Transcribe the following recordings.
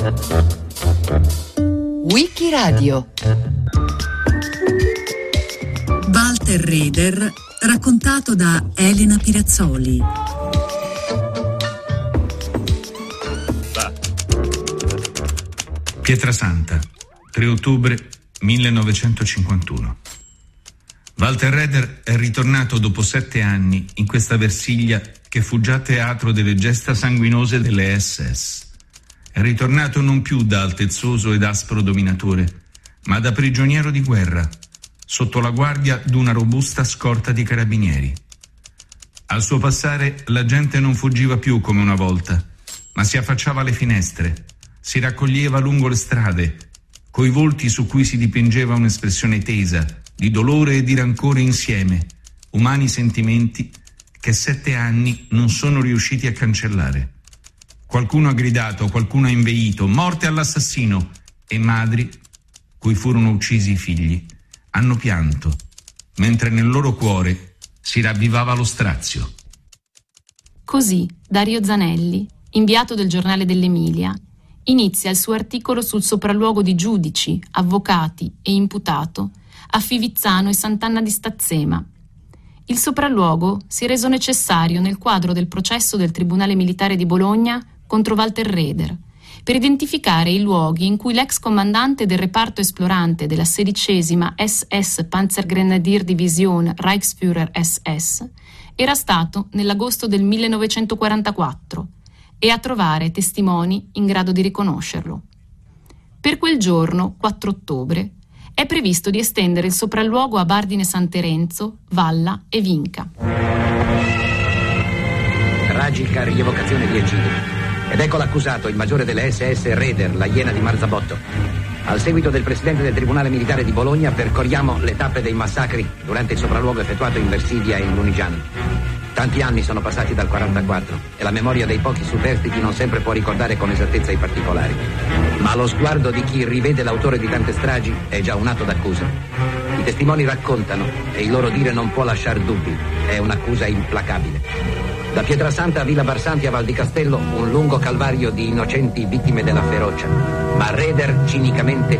Wikiradio. Walter Reder, raccontato da Elena Pirazzoli. Pietrasanta, 3 ottobre 1951. Walter Reder è ritornato dopo 7 anni in questa Versiglia che fu già teatro delle gesta sanguinose delle SS. È ritornato non più da altezzoso ed aspro dominatore, ma da prigioniero di guerra, sotto la guardia d'una robusta scorta di carabinieri. Al suo passare la gente non fuggiva più come una volta, ma si affacciava alle finestre, si raccoglieva lungo le strade, coi volti su cui si dipingeva un'espressione tesa, di dolore e di rancore insieme, umani sentimenti che 7 anni non sono riusciti a cancellare. Qualcuno ha gridato, qualcuno ha inveito, morte all'assassino, e madri, cui furono uccisi i figli, hanno pianto, mentre nel loro cuore si ravvivava lo strazio. Così Dario Zanelli, inviato del Giornale dell'Emilia, inizia il suo articolo sul sopralluogo di giudici, avvocati e imputato a Fivizzano e Sant'Anna di Stazzema. Il sopralluogo si è reso necessario nel quadro del processo del Tribunale Militare di Bologna contro Walter Reder, per identificare i luoghi in cui l'ex comandante del reparto esplorante della 16ª SS Panzergrenadier Division Reichsführer SS era stato nell'agosto del 1944 e a trovare testimoni in grado di riconoscerlo. Per quel giorno, 4 ottobre, è previsto di estendere il sopralluogo a Bardine San Terenzo, Valla e Vinca. Tragica rievocazione di eccidio. Ed ecco l'accusato, il maggiore delle SS Reder, la iena di Marzabotto. Al seguito del presidente del Tribunale Militare di Bologna percorriamo le tappe dei massacri durante il sopralluogo effettuato in Versilia e in Lunigiana. Tanti anni sono passati dal 44 e la memoria dei pochi superstiti non sempre può ricordare con esattezza i particolari. Ma lo sguardo di chi rivede l'autore di tante stragi è già un atto d'accusa. I testimoni raccontano e il loro dire non può lasciar dubbi. È un'accusa implacabile. Da Pietrasanta a Villa Barsanti a Val di Castello un lungo calvario di innocenti vittime della ferocia. Ma Reder cinicamente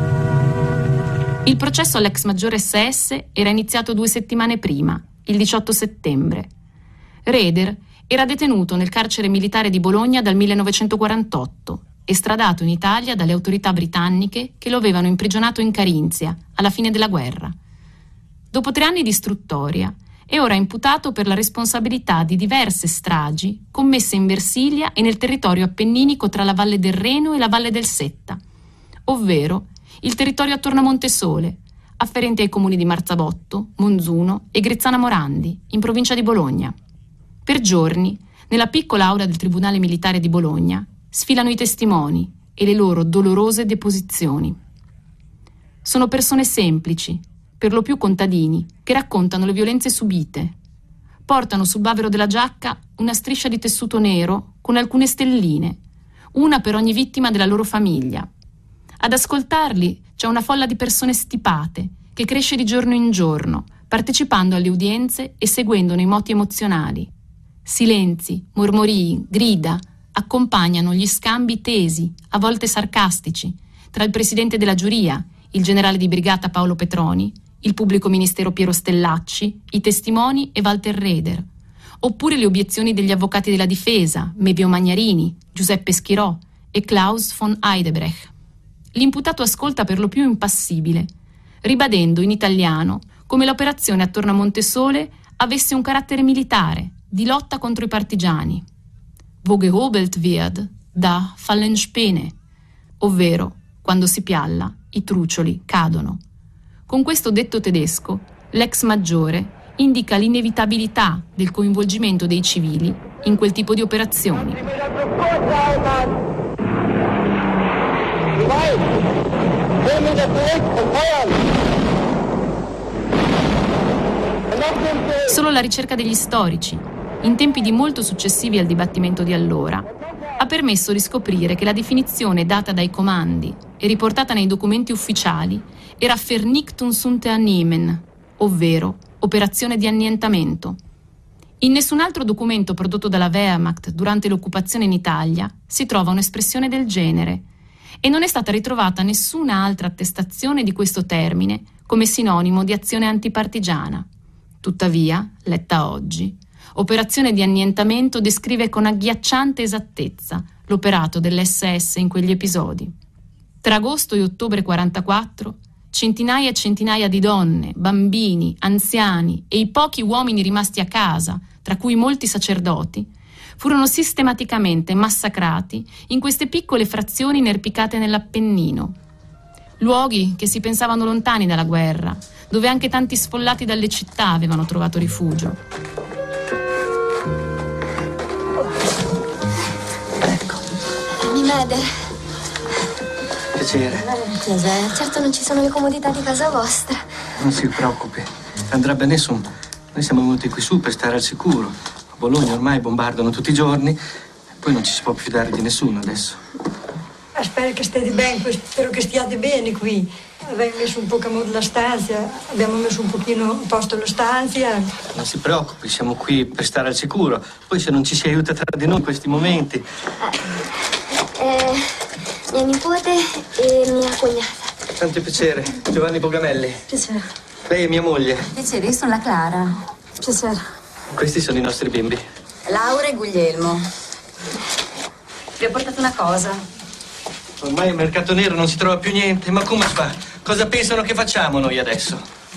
nega. Il processo all'ex maggiore SS era iniziato 2 settimane prima, il 18 settembre. Reder era detenuto nel carcere militare di Bologna dal 1948, estradato in Italia dalle autorità britanniche che lo avevano imprigionato in Carinzia alla fine della guerra. Dopo 3 anni di istruttoria, è ora imputato per la responsabilità di diverse stragi commesse in Versilia e nel territorio appenninico tra la Valle del Reno e la Valle del Setta, ovvero il territorio attorno a Montesole, afferente ai comuni di Marzabotto, Monzuno e Grezzana Morandi, in provincia di Bologna. Per giorni, nella piccola aula del Tribunale Militare di Bologna, sfilano i testimoni e le loro dolorose deposizioni. Sono persone semplici, per lo più contadini, che raccontano le violenze subite. Portano sul bavero della giacca una striscia di tessuto nero con alcune stelline, una per ogni vittima della loro famiglia. Ad ascoltarli c'è una folla di persone stipate, che cresce di giorno in giorno, partecipando alle udienze e seguendone i moti emozionali. Silenzi, mormorii, grida accompagnano gli scambi tesi, a volte sarcastici, tra il presidente della giuria, il generale di brigata Paolo Petroni, il pubblico ministero Piero Stellacci, i testimoni e Walter Reder, oppure le obiezioni degli avvocati della difesa, Mevio Magnarini, Giuseppe Schirò e Klaus von Heidebrecht. L'imputato ascolta per lo più impassibile, ribadendo in italiano come l'operazione attorno a Montesole avesse un carattere militare, di lotta contro i partigiani. Wo gehobelt wird, da fallen Späne, ovvero, quando si pialla, i trucioli cadono. Con questo detto tedesco, l'ex maggiore indica l'inevitabilità del coinvolgimento dei civili in quel tipo di operazioni. Solo la ricerca degli storici, in tempi di molto successivi al dibattimento di allora, ha permesso di scoprire che la definizione data dai comandi e riportata nei documenti ufficiali era Vernichtungsunternehmen, ovvero operazione di annientamento. In nessun altro documento prodotto dalla Wehrmacht durante l'occupazione in Italia si trova un'espressione del genere, e non è stata ritrovata nessuna altra attestazione di questo termine come sinonimo di azione antipartigiana. Tuttavia, letta oggi, Operazione di annientamento descrive con agghiacciante esattezza l'operato dell'SS in quegli episodi. Tra agosto e ottobre 44, centinaia e centinaia di donne, bambini, anziani e i pochi uomini rimasti a casa, tra cui molti sacerdoti, furono sistematicamente massacrati in queste piccole frazioni inerpicate nell'Appennino. Luoghi che si pensavano lontani dalla guerra, dove anche tanti sfollati dalle città avevano trovato rifugio. Meder. Piacere. Piacere. Certo non ci sono le comodità di casa vostra. Non si preoccupi, andrà benissimo. Noi siamo venuti qui su per stare al sicuro. A Bologna ormai bombardano tutti i giorni e poi non ci si può più fidare di nessuno adesso. Spero che stiate bene, spero che stiate bene qui. Abbiamo messo un po' a modo la stanza, abbiamo messo un pochino a posto la stanza. Non si preoccupi, siamo qui per stare al sicuro. Poi se non ci si aiuta tra di noi in questi momenti... Mia nipote e mia cognata. Tanto piacere, Giovanni Bogamelli. Piacere. Lei è mia moglie. Piacere, io sono la Clara. Piacere. Questi sono i nostri bimbi. Laura e Guglielmo. Vi ho portato una cosa. Ormai al mercato nero non si trova più niente, ma come si fa? Cosa pensano che facciamo noi adesso?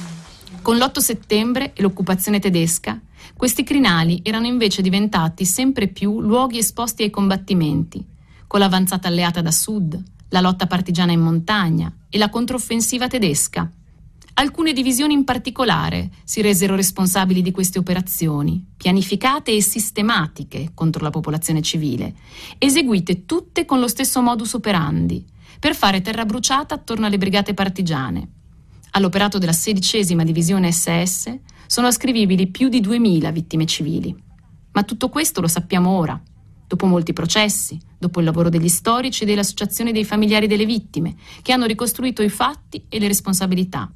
Con l'8 settembre e l'occupazione tedesca, questi crinali erano invece diventati sempre più luoghi esposti ai combattimenti, con l'avanzata alleata da sud, la lotta partigiana in montagna e la controffensiva tedesca. Alcune divisioni in particolare si resero responsabili di queste operazioni, pianificate e sistematiche contro la popolazione civile, eseguite tutte con lo stesso modus operandi, per fare terra bruciata attorno alle brigate partigiane. All'operato della 16ª divisione SS sono ascrivibili più di 2000 vittime civili. Ma tutto questo lo sappiamo ora, dopo molti processi, dopo il lavoro degli storici e delle associazioni dei familiari delle vittime, che hanno ricostruito i fatti e le responsabilità.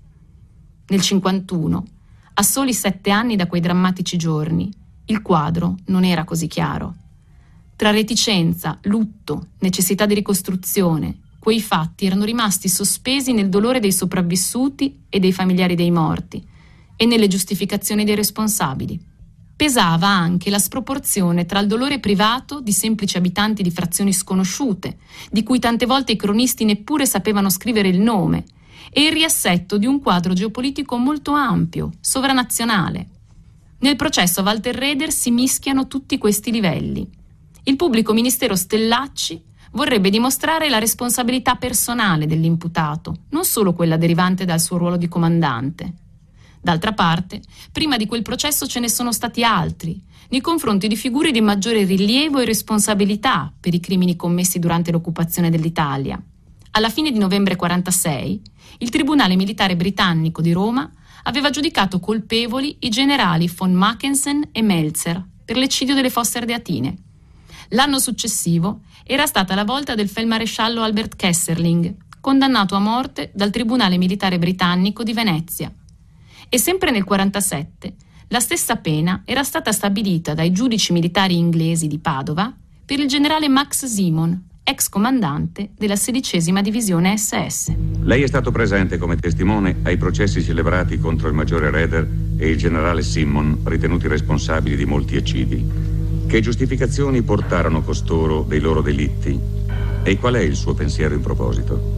Nel 51, a soli 7 anni da quei drammatici giorni, il quadro non era così chiaro. Tra reticenza, lutto, necessità di ricostruzione, quei fatti erano rimasti sospesi nel dolore dei sopravvissuti e dei familiari dei morti e nelle giustificazioni dei responsabili. Pesava anche la sproporzione tra il dolore privato di semplici abitanti di frazioni sconosciute, di cui tante volte i cronisti neppure sapevano scrivere il nome, e il riassetto di un quadro geopolitico molto ampio, sovranazionale. Nel processo Walter Roeder si mischiano tutti questi livelli. Il pubblico ministero Stellacci vorrebbe dimostrare la responsabilità personale dell'imputato, non solo quella derivante dal suo ruolo di comandante. D'altra parte, prima di quel processo ce ne sono stati altri, nei confronti di figure di maggiore rilievo e responsabilità per i crimini commessi durante l'occupazione dell'Italia. Alla fine di novembre 46, il Tribunale Militare Britannico di Roma aveva giudicato colpevoli i generali von Mackensen e Meltzer per l'eccidio delle Fosse Ardeatine. L'anno successivo era stata la volta del feldmaresciallo Albert Kesserling, condannato a morte dal Tribunale Militare Britannico di Venezia. E sempre nel 47 la stessa pena era stata stabilita dai giudici militari inglesi di Padova per il generale Max Simon, ex comandante della 16ª divisione SS. Lei è stato presente come testimone ai processi celebrati contro il maggiore Roeder e il generale Simon, ritenuti responsabili di molti eccidi. Che giustificazioni portarono costoro dei loro delitti? E qual è il suo pensiero in proposito?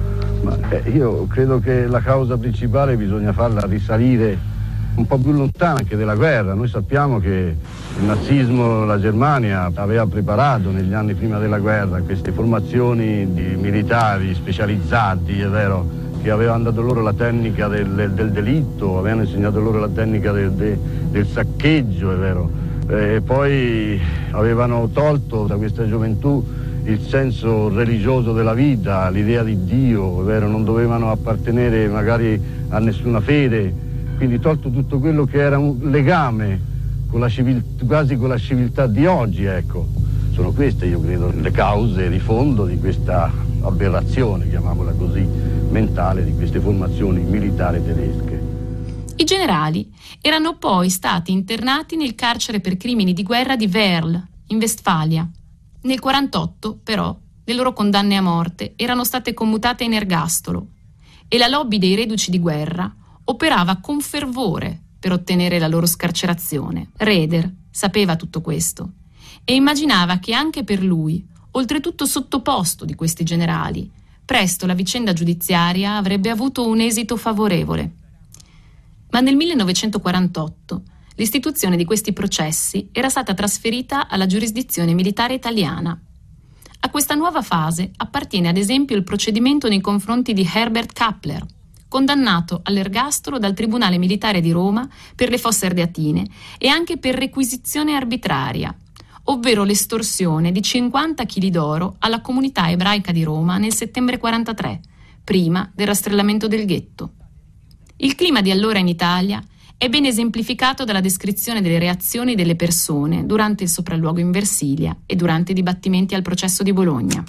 Io credo che la causa principale bisogna farla risalire un po' più lontana anche della guerra. Noi sappiamo che il nazismo, la Germania, aveva preparato negli anni prima della guerra queste formazioni di militari specializzati, è vero, che avevano dato loro la tecnica del delitto, avevano insegnato loro la tecnica del saccheggio, è vero, e poi avevano tolto da questa gioventù il senso religioso della vita, l'idea di Dio, è vero, non dovevano appartenere magari a nessuna fede, quindi tolto tutto quello che era un legame con la civiltà, quasi con la civiltà di oggi, ecco. Sono queste, io credo, le cause di fondo di questa aberrazione, chiamiamola così, mentale di queste formazioni militari tedesche. I generali erano poi stati internati nel carcere per crimini di guerra di Werl, in Vestfalia. Nel 48, però, le loro condanne a morte erano state commutate in ergastolo e la lobby dei reduci di guerra operava con fervore per ottenere la loro scarcerazione. Raeder sapeva tutto questo e immaginava che anche per lui, oltretutto sottoposto di questi generali, presto la vicenda giudiziaria avrebbe avuto un esito favorevole. Ma nel 1948 l'istituzione di questi processi era stata trasferita alla giurisdizione militare italiana. A questa nuova fase appartiene ad esempio il procedimento nei confronti di Herbert Kappler, condannato all'ergastolo dal Tribunale Militare di Roma per le Fosse Ardeatine e anche per requisizione arbitraria, ovvero l'estorsione di 50 kg d'oro alla comunità ebraica di Roma nel settembre 43, prima del rastrellamento del ghetto. Il clima di allora in Italia è ben esemplificato dalla descrizione delle reazioni delle persone durante il sopralluogo in Versilia e durante i dibattimenti al processo di Bologna.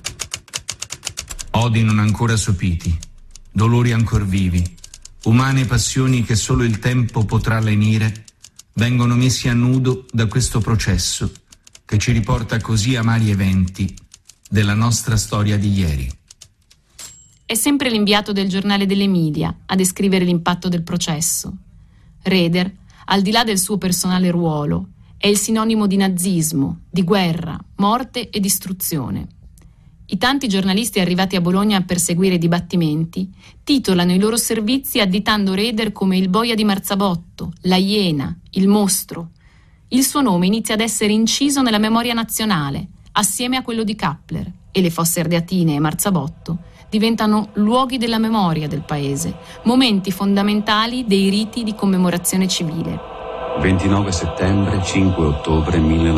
Odi non ancora sopiti, dolori ancor vivi, umane passioni che solo il tempo potrà lenire, vengono messi a nudo da questo processo che ci riporta così amari eventi della nostra storia di ieri. È sempre l'inviato del Giornale dell'Emilia a descrivere l'impatto del processo. Raeder, al di là del suo personale ruolo, è il sinonimo di nazismo, di guerra, morte e distruzione. I tanti giornalisti arrivati a Bologna per seguire i dibattimenti titolano i loro servizi additando Raeder come il boia di Marzabotto, la iena, il mostro. Il suo nome inizia ad essere inciso nella memoria nazionale, assieme a quello di Kappler, e le Fosse Ardeatine e Marzabotto diventano luoghi della memoria del paese, momenti fondamentali dei riti di commemorazione civile. 29 settembre, 5 ottobre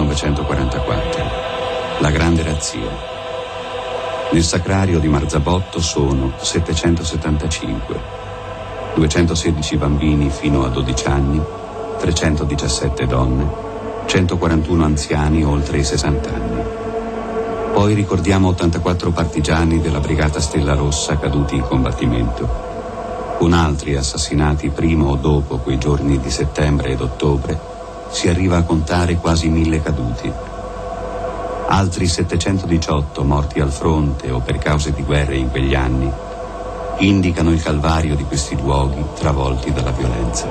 1944. La grande razzia. Nel sacrario di Marzabotto sono 775, 216 bambini fino a 12 anni, 317 donne, 141 anziani oltre i 60 anni. Poi ricordiamo 84 partigiani della Brigata Stella Rossa caduti in combattimento, con altri assassinati prima o dopo quei giorni di settembre ed ottobre, si arriva a contare quasi 1000 caduti. Altri 718 morti al fronte o per cause di guerra in quegli anni indicano il calvario di questi luoghi travolti dalla violenza.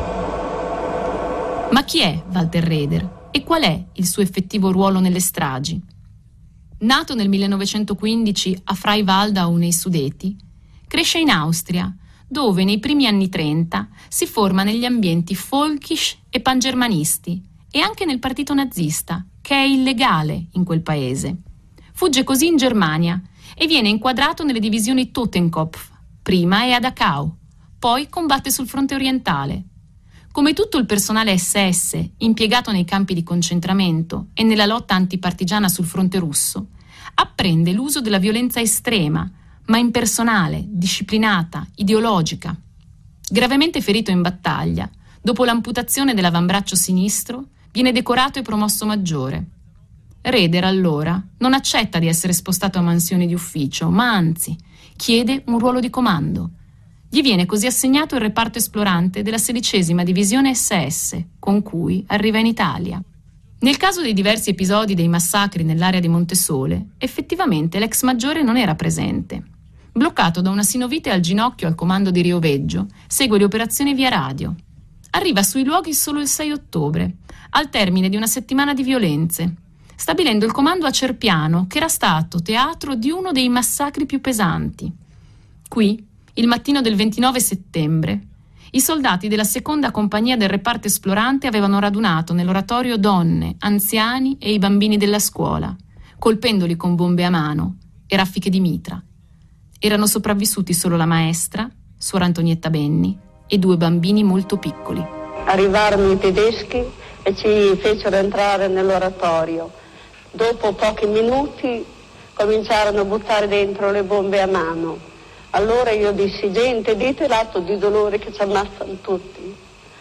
Ma chi è Walter Raeder e qual è il suo effettivo ruolo nelle stragi? Nato nel 1915 a Freiwaldau nei Sudeti, cresce in Austria, dove nei primi anni 30 si forma negli ambienti folkisch e pangermanisti e anche nel partito nazista, che è illegale in quel paese. Fugge così in Germania e viene inquadrato nelle divisioni Totenkopf, prima è a Dachau, poi combatte sul fronte orientale. Come tutto il personale SS impiegato nei campi di concentramento e nella lotta antipartigiana sul fronte russo, apprende l'uso della violenza estrema, ma impersonale, disciplinata, ideologica. Gravemente ferito in battaglia, dopo l'amputazione dell'avambraccio sinistro, viene decorato e promosso maggiore. Raeder allora non accetta di essere spostato a mansioni di ufficio, ma anzi chiede un ruolo di comando. Gli viene così assegnato il reparto esplorante della 16ª divisione SS, con cui arriva in Italia. Nel caso dei diversi episodi dei massacri nell'area di Montesole, effettivamente l'ex maggiore non era presente. Bloccato da una sinovite al ginocchio al comando di Rioveggio, segue le operazioni via radio. Arriva sui luoghi solo il 6 ottobre, al termine di una settimana di violenze, stabilendo il comando a Cerpiano, che era stato teatro di uno dei massacri più pesanti. Qui, il mattino del 29 settembre, i soldati della 2ª compagnia del reparto esplorante avevano radunato nell'oratorio donne, anziani e i bambini della scuola, colpendoli con bombe a mano e raffiche di mitra. Erano sopravvissuti solo la maestra, suor Antonietta Benni, e 2 bambini molto piccoli. Arrivarono i tedeschi e ci fecero entrare nell'oratorio. Dopo pochi minuti cominciarono a buttare dentro le bombe a mano. Allora io dissi: gente, dite l'atto di dolore che ci ammazzano tutti.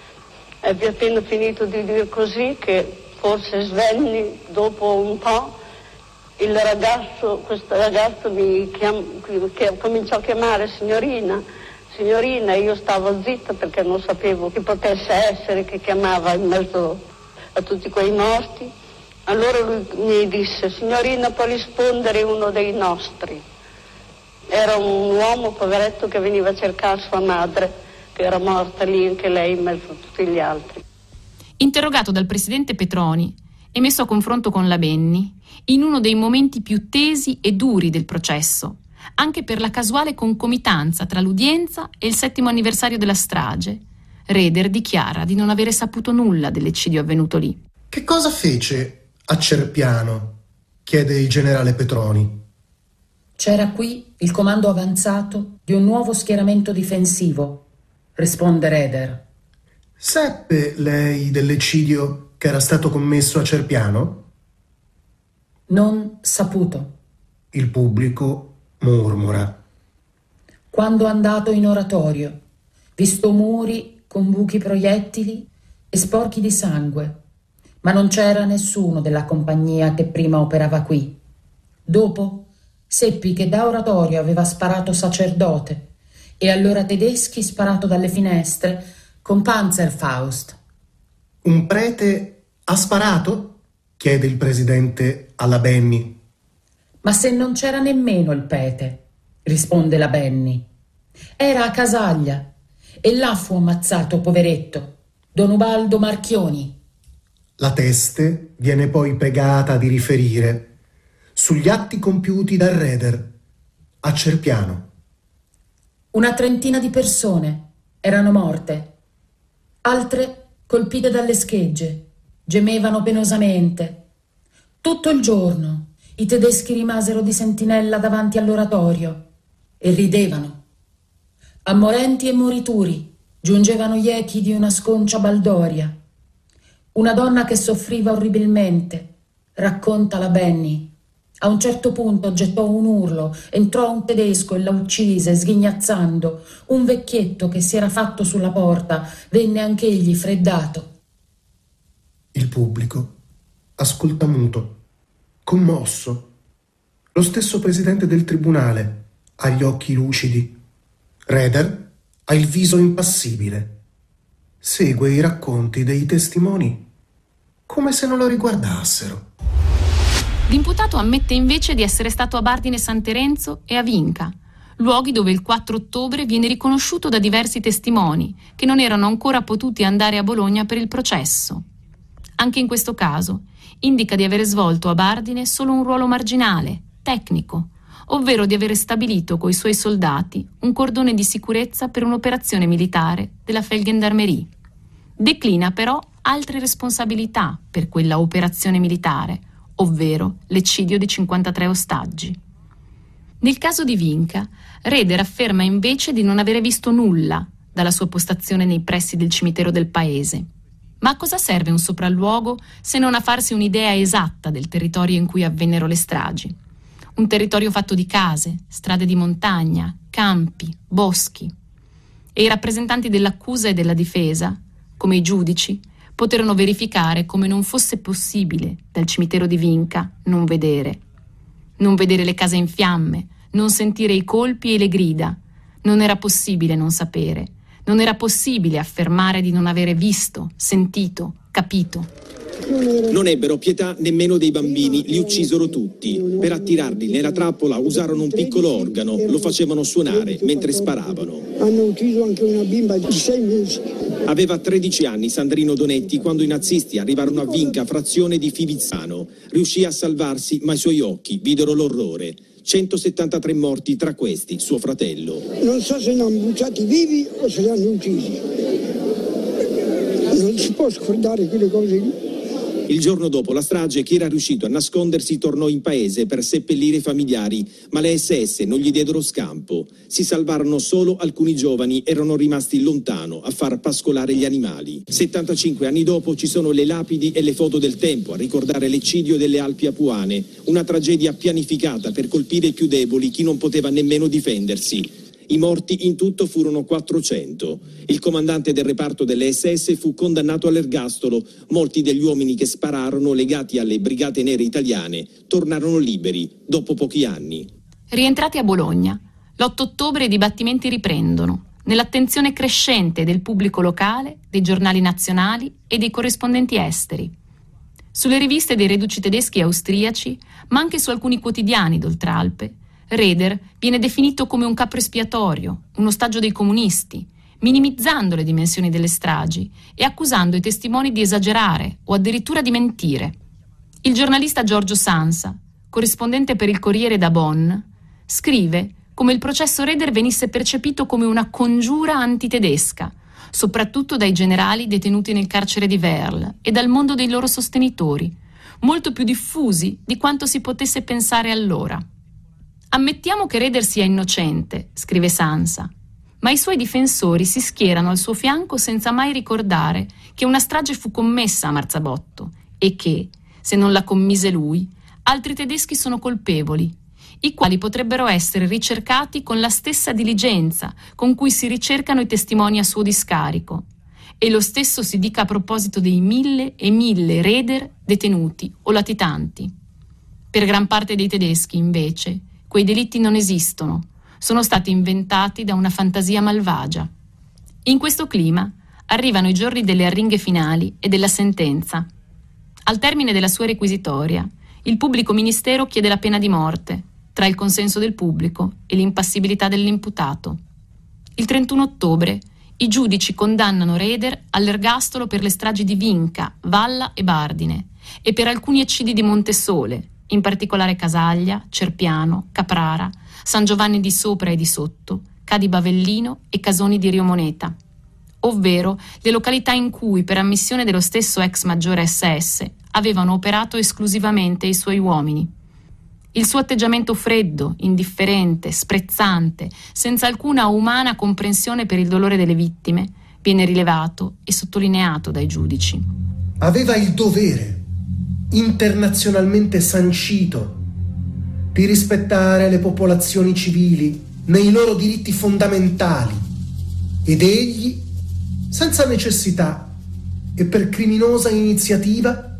E vi ho appena finito di dire così che forse svenni dopo un po'. Questo ragazzo che cominciò a chiamare signorina, io stavo zitta perché non sapevo chi potesse essere che chiamava in mezzo a tutti quei morti. Allora lui mi disse: signorina, può rispondere uno dei nostri. Era un uomo poveretto che veniva a cercare sua madre, che era morta lì anche lei in mezzo a tutti gli altri. Interrogato dal presidente Petroni e messo a confronto con la Benni in uno dei momenti più tesi e duri del processo, anche per la casuale concomitanza tra l'udienza e il 7° anniversario della strage, Raeder dichiara di non avere saputo nulla dell'eccidio avvenuto lì. Che cosa fece a Cerpiano? Chiede il generale Petroni. C'era qui il comando avanzato di un nuovo schieramento difensivo, risponde Raeder. Seppe lei dell'eccidio che era stato commesso a Cerpiano? Non saputo. Il pubblico mormora. Quando andato in oratorio, visto muri con buchi proiettili e sporchi di sangue, ma non c'era nessuno della compagnia che prima operava qui. Dopo seppi che da oratorio aveva sparato sacerdote e allora tedeschi sparato dalle finestre con Panzerfaust. Un prete ha sparato? Chiede il presidente alla Benni. Ma se non c'era nemmeno il prete, risponde la Benni. Era a Casaglia e là fu ammazzato, poveretto, Don Ubaldo Marchioni. La teste viene poi pregata di riferire sugli atti compiuti da Raeder a Cerpiano. Una trentina di persone erano morte, altre colpite dalle schegge, gemevano penosamente. Tutto il giorno i tedeschi rimasero di sentinella davanti all'oratorio e ridevano. A morenti e morituri giungevano gli echi di una sconcia baldoria. Una donna che soffriva orribilmente, racconta la Benni. A un certo punto gettò un urlo, entrò un tedesco e la uccise, sghignazzando. Un vecchietto che si era fatto sulla porta venne anch'egli freddato. Il pubblico ascolta muto, commosso. Lo stesso presidente del tribunale ha gli occhi lucidi. Raeder ha il viso impassibile. Segue i racconti dei testimoni come se non lo riguardassero. L'imputato ammette invece di essere stato a Bardine San Terenzo e a Vinca, luoghi dove il 4 ottobre viene riconosciuto da diversi testimoni che non erano ancora potuti andare a Bologna per il processo. Anche in questo caso indica di avere svolto a Bardine solo un ruolo marginale, tecnico, ovvero di avere stabilito coi suoi soldati un cordone di sicurezza per un'operazione militare della Feldgendarmerie. Declina però altre responsabilità per quella operazione militare, ovvero l'eccidio di 53 ostaggi. Nel caso di Vinca, Raeder afferma invece di non avere visto nulla dalla sua postazione nei pressi del cimitero del paese. Ma a cosa serve un sopralluogo se non a farsi un'idea esatta del territorio in cui avvennero le stragi? Un territorio fatto di case, strade di montagna, campi, boschi. E i rappresentanti dell'accusa e della difesa, come i giudici, poterono verificare come non fosse possibile dal cimitero di Vinca non vedere le case in fiamme, non sentire i colpi e le grida. Non era possibile non sapere, non era possibile affermare di non avere visto, sentito, capito. Non ebbero pietà nemmeno dei bambini, li uccisero tutti. Per attirarli nella trappola usarono un piccolo organo, lo facevano suonare mentre sparavano. Hanno ucciso anche una bimba di 6 mesi. Aveva 13 anni Sandrino Donetti quando i nazisti arrivarono a Vinca, frazione di Fivizzano. Riuscì a salvarsi, ma i suoi occhi videro l'orrore. 173 morti, tra questi suo fratello. Non so se li hanno bruciati vivi o se li hanno uccisi. Non si può scordare quelle cose lì. Il giorno dopo la strage, chi era riuscito a nascondersi tornò in paese per seppellire i familiari, ma le SS non gli diedero scampo. Si salvarono solo alcuni giovani, erano rimasti lontano a far pascolare gli animali. 75 anni dopo ci sono le lapidi e le foto del tempo a ricordare l'eccidio delle Alpi Apuane, una tragedia pianificata per colpire i più deboli, chi non poteva nemmeno difendersi. I morti in tutto furono 400. Il comandante del reparto delle SS fu condannato all'ergastolo. Molti degli uomini che spararono, legati alle brigate nere italiane, tornarono liberi dopo pochi anni. Rientrati a Bologna, l'8 ottobre i dibattimenti riprendono, nell'attenzione crescente del pubblico locale, dei giornali nazionali e dei corrispondenti esteri. Sulle riviste dei reduci tedeschi e austriaci, ma anche su alcuni quotidiani d'Oltralpe, Raeder viene definito come un capro espiatorio, un ostaggio dei comunisti, minimizzando le dimensioni delle stragi e accusando i testimoni di esagerare o addirittura di mentire. Il giornalista Giorgio Sansa, corrispondente per il Corriere da Bonn, scrive come il processo Raeder venisse percepito come una congiura antitedesca, soprattutto dai generali detenuti nel carcere di Werl e dal mondo dei loro sostenitori, molto più diffusi di quanto si potesse pensare allora. Ammettiamo che Raeder sia innocente, scrive Sansa, ma i suoi difensori si schierano al suo fianco senza mai ricordare che una strage fu commessa a Marzabotto e che, se non la commise lui, altri tedeschi sono colpevoli, i quali potrebbero essere ricercati con la stessa diligenza con cui si ricercano i testimoni a suo discarico. E lo stesso si dica a proposito dei 1000 e 1000 Raeder detenuti o latitanti. Per gran parte dei tedeschi, invece, quei delitti non esistono, sono stati inventati da una fantasia malvagia. In questo clima arrivano i giorni delle arringhe finali e della sentenza. Al termine della sua requisitoria, il pubblico ministero chiede la pena di morte, tra il consenso del pubblico e l'impassibilità dell'imputato. Il 31 ottobre i giudici condannano Raeder all'ergastolo per le stragi di Vinca, Valla e Bardine e per alcuni eccidi di Montesole, in particolare Casaglia, Cerpiano, Caprara, San Giovanni di Sopra e di Sotto, Cadi Bavellino e Casoni di Riomoneta, ovvero le località in cui, per ammissione dello stesso ex maggiore SS, avevano operato esclusivamente i suoi uomini. Il suo atteggiamento freddo, indifferente, sprezzante, senza alcuna umana comprensione per il dolore delle vittime, viene rilevato e sottolineato dai giudici. Aveva il dovere, internazionalmente sancito, di rispettare le popolazioni civili nei loro diritti fondamentali ed egli, senza necessità e per criminosa iniziativa,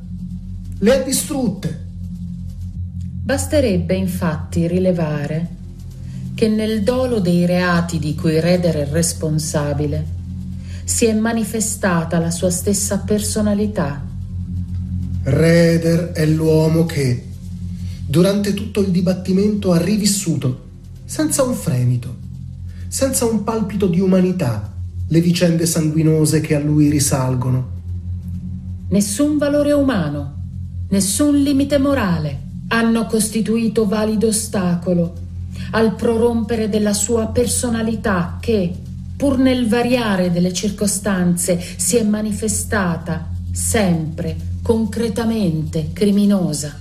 le ha distrutte. Basterebbe infatti rilevare che nel dolo dei reati di cui Raeder è responsabile si è manifestata la sua stessa personalità. Raeder è l'uomo che, durante tutto il dibattimento, ha rivissuto, senza un fremito, senza un palpito di umanità, le vicende sanguinose che a lui risalgono. Nessun valore umano, nessun limite morale hanno costituito valido ostacolo al prorompere della sua personalità che, pur nel variare delle circostanze, si è manifestata sempre concretamente criminosa.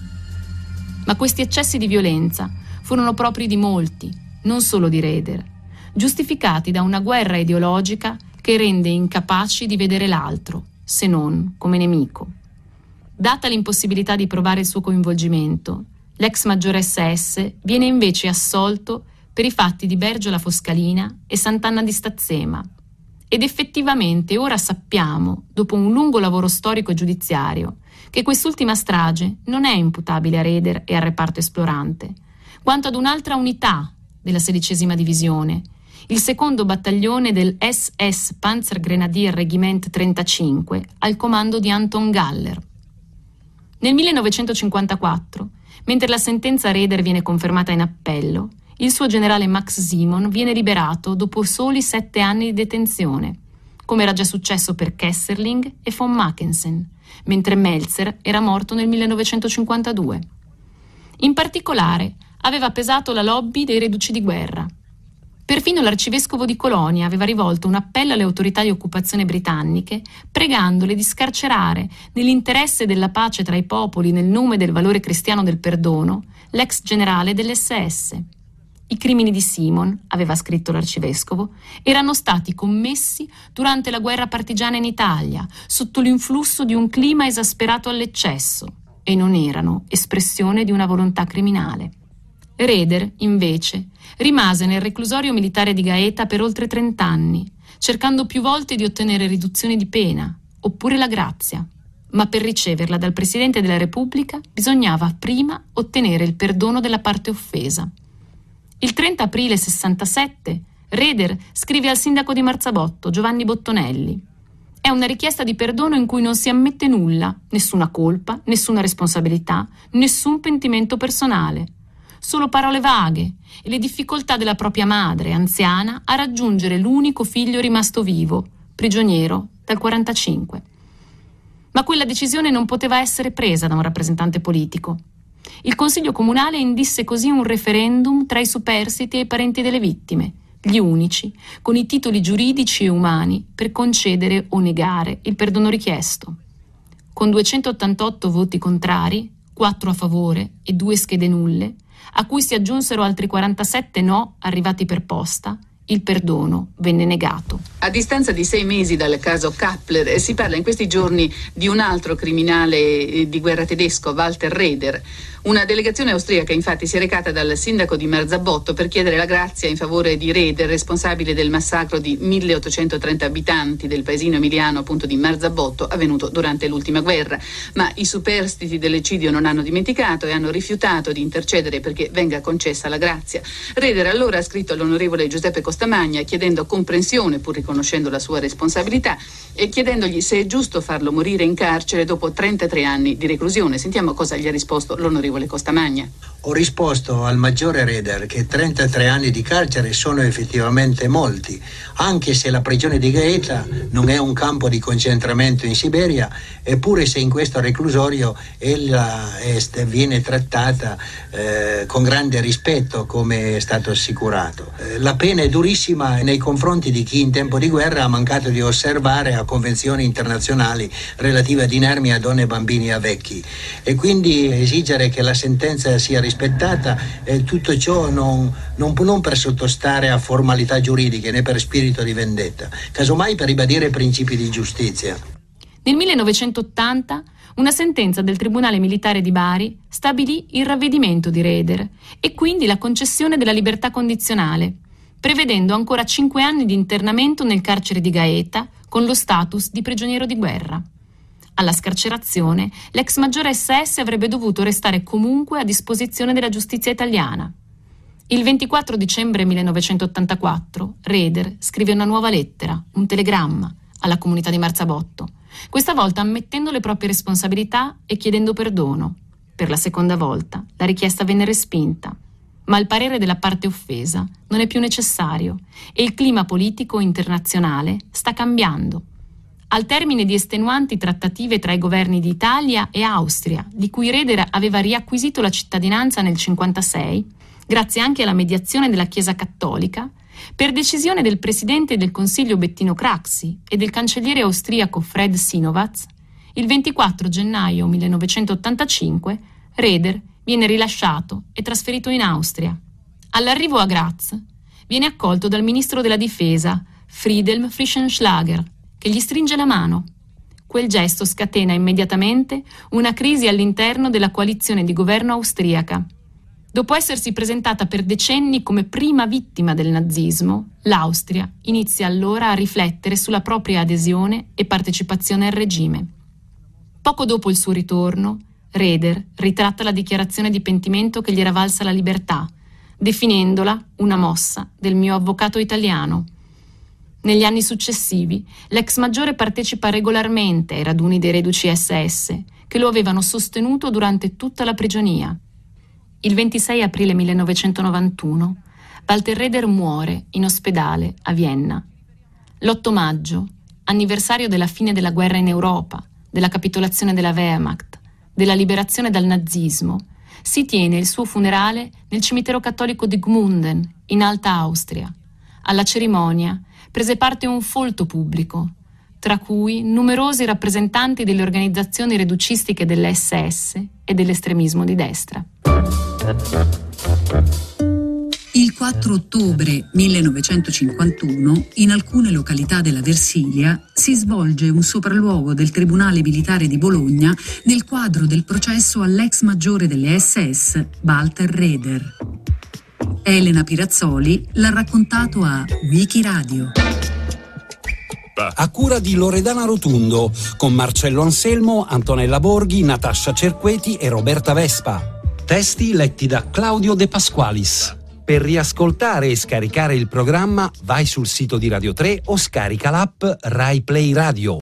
Ma questi eccessi di violenza furono propri di molti, non solo di Raeder, giustificati da una guerra ideologica che rende incapaci di vedere l'altro, se non come nemico. Data l'impossibilità di provare il suo coinvolgimento, l'ex maggiore SS viene invece assolto per i fatti di Bergiola Foscalina e Sant'Anna di Stazzema. Ed effettivamente ora sappiamo, dopo un lungo lavoro storico e giudiziario, che quest'ultima strage non è imputabile a Raeder e al reparto esplorante, quanto ad un'altra unità della 16ª divisione, il secondo battaglione del SS Panzergrenadier Regiment 35 al comando di Anton Galler. Nel 1954, mentre la sentenza Raeder viene confermata in appello, il suo generale Max Simon viene liberato dopo soli 7 anni di detenzione, come era già successo per Kesserling e von Mackensen, mentre Meltzer era morto nel 1952. In particolare, aveva pesato la lobby dei reduci di guerra. Perfino l'arcivescovo di Colonia aveva rivolto un appello alle autorità di occupazione britanniche, pregandole di scarcerare, nell'interesse della pace tra i popoli, nel nome del valore cristiano del perdono, l'ex generale dell'SS. I crimini di Simon, aveva scritto l'arcivescovo, erano stati commessi durante la guerra partigiana in Italia, sotto l'influsso di un clima esasperato all'eccesso, e non erano espressione di una volontà criminale. Raeder, invece, rimase nel reclusorio militare di Gaeta per oltre 30 anni, cercando più volte di ottenere riduzione di pena, oppure la grazia. Ma per riceverla dal Presidente della Repubblica bisognava prima ottenere il perdono della parte offesa. Il 30 aprile 67 Raeder scrive al sindaco di Marzabotto, Giovanni Bottonelli: È una richiesta di perdono in cui non si ammette nulla, nessuna colpa, nessuna responsabilità, nessun pentimento personale. Solo parole vaghe e le difficoltà della propria madre, anziana, a raggiungere l'unico figlio rimasto vivo, prigioniero dal 1945. Ma quella decisione non poteva essere presa da un rappresentante politico. Il Consiglio Comunale indisse così un referendum tra i superstiti e i parenti delle vittime, gli unici, con i titoli giuridici e umani per concedere o negare il perdono richiesto. Con 288 voti contrari, 4 a favore e 2 schede nulle, a cui si aggiunsero altri 47 no arrivati per posta, il perdono venne negato. A distanza di 6 mesi dal caso Kappler, si parla in questi giorni di un altro criminale di guerra tedesco, Walter Reder. Una delegazione austriaca infatti si è recata dal sindaco di Marzabotto per chiedere la grazia in favore di Reder, responsabile del massacro di 1830 abitanti del paesino emiliano appunto di Marzabotto, avvenuto durante l'ultima guerra. Ma i superstiti dell'eccidio non hanno dimenticato e hanno rifiutato di intercedere perché venga concessa la grazia. Reder allora ha scritto all'onorevole Giuseppe Costamagna chiedendo comprensione, pur riconoscendo la sua responsabilità, e chiedendogli se è giusto farlo morire in carcere dopo 33 anni di reclusione. Sentiamo cosa gli ha risposto l'onorevole Costamagna. Ho risposto al maggiore Reder che 33 anni di carcere sono effettivamente molti, anche se la prigione di Gaeta non è un campo di concentramento in Siberia, eppure se in questo reclusorio ella viene trattata con grande rispetto, come è stato assicurato. La pena è durissima nei confronti di chi in tempo di guerra ha mancato di osservare a convenzioni internazionali relative ad inermi a donne, bambini e a vecchi, e quindi esigere che la sentenza sia rispettata, tutto ciò non per sottostare a formalità giuridiche né per spirito di vendetta, casomai per ribadire principi di giustizia. Nel 1980 una sentenza del Tribunale Militare di Bari stabilì il ravvedimento di Reder e quindi la concessione della libertà condizionale, prevedendo ancora 5 anni di internamento nel carcere di Gaeta con lo status di prigioniero di guerra. Alla scarcerazione, l'ex maggiore SS avrebbe dovuto restare comunque a disposizione della giustizia italiana. Il 24 dicembre 1984, Reder scrive una nuova lettera, un telegramma, alla comunità di Marzabotto, questa volta ammettendo le proprie responsabilità e chiedendo perdono. Per la seconda volta, la richiesta venne respinta, ma il parere della parte offesa non è più necessario e il clima politico internazionale sta cambiando. Al termine di estenuanti trattative tra i governi di Italia e Austria, di cui Reder aveva riacquisito la cittadinanza nel 1956, grazie anche alla mediazione della Chiesa Cattolica, per decisione del presidente del Consiglio Bettino Craxi e del cancelliere austriaco Fred Sinowatz, il 24 gennaio 1985 Reder viene rilasciato e trasferito in Austria. All'arrivo a Graz viene accolto dal ministro della difesa Friedhelm Frischenschlager, che gli stringe la mano. Quel gesto scatena immediatamente una crisi all'interno della coalizione di governo austriaca. Dopo essersi presentata per decenni come prima vittima del nazismo, l'Austria inizia allora a riflettere sulla propria adesione e partecipazione al regime. Poco dopo il suo ritorno, Reder ritratta la dichiarazione di pentimento che gli era valsa la libertà, definendola una mossa del mio avvocato italiano. Negli anni successivi, l'ex maggiore partecipa regolarmente ai raduni dei reduci SS, che lo avevano sostenuto durante tutta la prigionia. Il 26 aprile 1991, Walter Reder muore in ospedale a Vienna. L'8 maggio, anniversario della fine della guerra in Europa, della capitolazione della Wehrmacht, della liberazione dal nazismo, si tiene il suo funerale nel cimitero cattolico di Gmunden, in Alta Austria. Alla cerimonia prese parte un folto pubblico, tra cui numerosi rappresentanti delle organizzazioni reducistiche dell'SS e dell'estremismo di destra. Il 4 ottobre 1951, in alcune località della Versilia, si svolge un sopralluogo del Tribunale Militare di Bologna nel quadro del processo all'ex maggiore delle SS, Walter Reder. Elena Pirazzoli l'ha raccontato a Wikiradio. A cura di Loredana Rotundo, con Marcello Anselmo, Antonella Borghi, Natascia Cerqueti e Roberta Vespa. Testi letti da Claudio De Pasqualis. Per riascoltare e scaricare il programma vai sul sito di Radio 3 o scarica l'app Rai Play Radio.